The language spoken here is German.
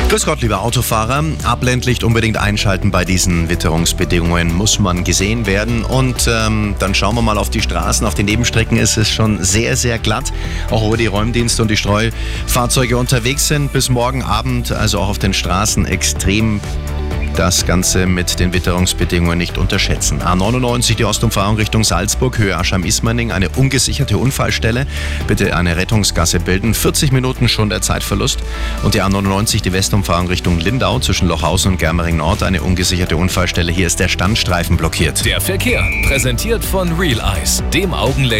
Grüß Gott, liebe Autofahrer. Abblendlicht unbedingt einschalten bei diesen Witterungsbedingungen, muss man gesehen werden. Und dann schauen wir mal auf die Straßen. Auf den Nebenstrecken ist es schon sehr, sehr glatt. Auch wo die Räumdienste und die Streufahrzeuge unterwegs sind. Bis morgen Abend, also auch auf den Straßen extrem. Das Ganze mit den Witterungsbedingungen nicht unterschätzen. A99, die Ostumfahrung Richtung Salzburg, Höhe Aschheim-Ismaning, eine ungesicherte Unfallstelle. Bitte eine Rettungsgasse bilden. 40 Minuten schon der Zeitverlust. Und die A99, die Westumfahrung Richtung Lindau, zwischen Lochhausen und Germering Nord, eine ungesicherte Unfallstelle. Hier ist der Standstreifen blockiert. Der Verkehr, präsentiert von Real Eyes, dem Augenlenker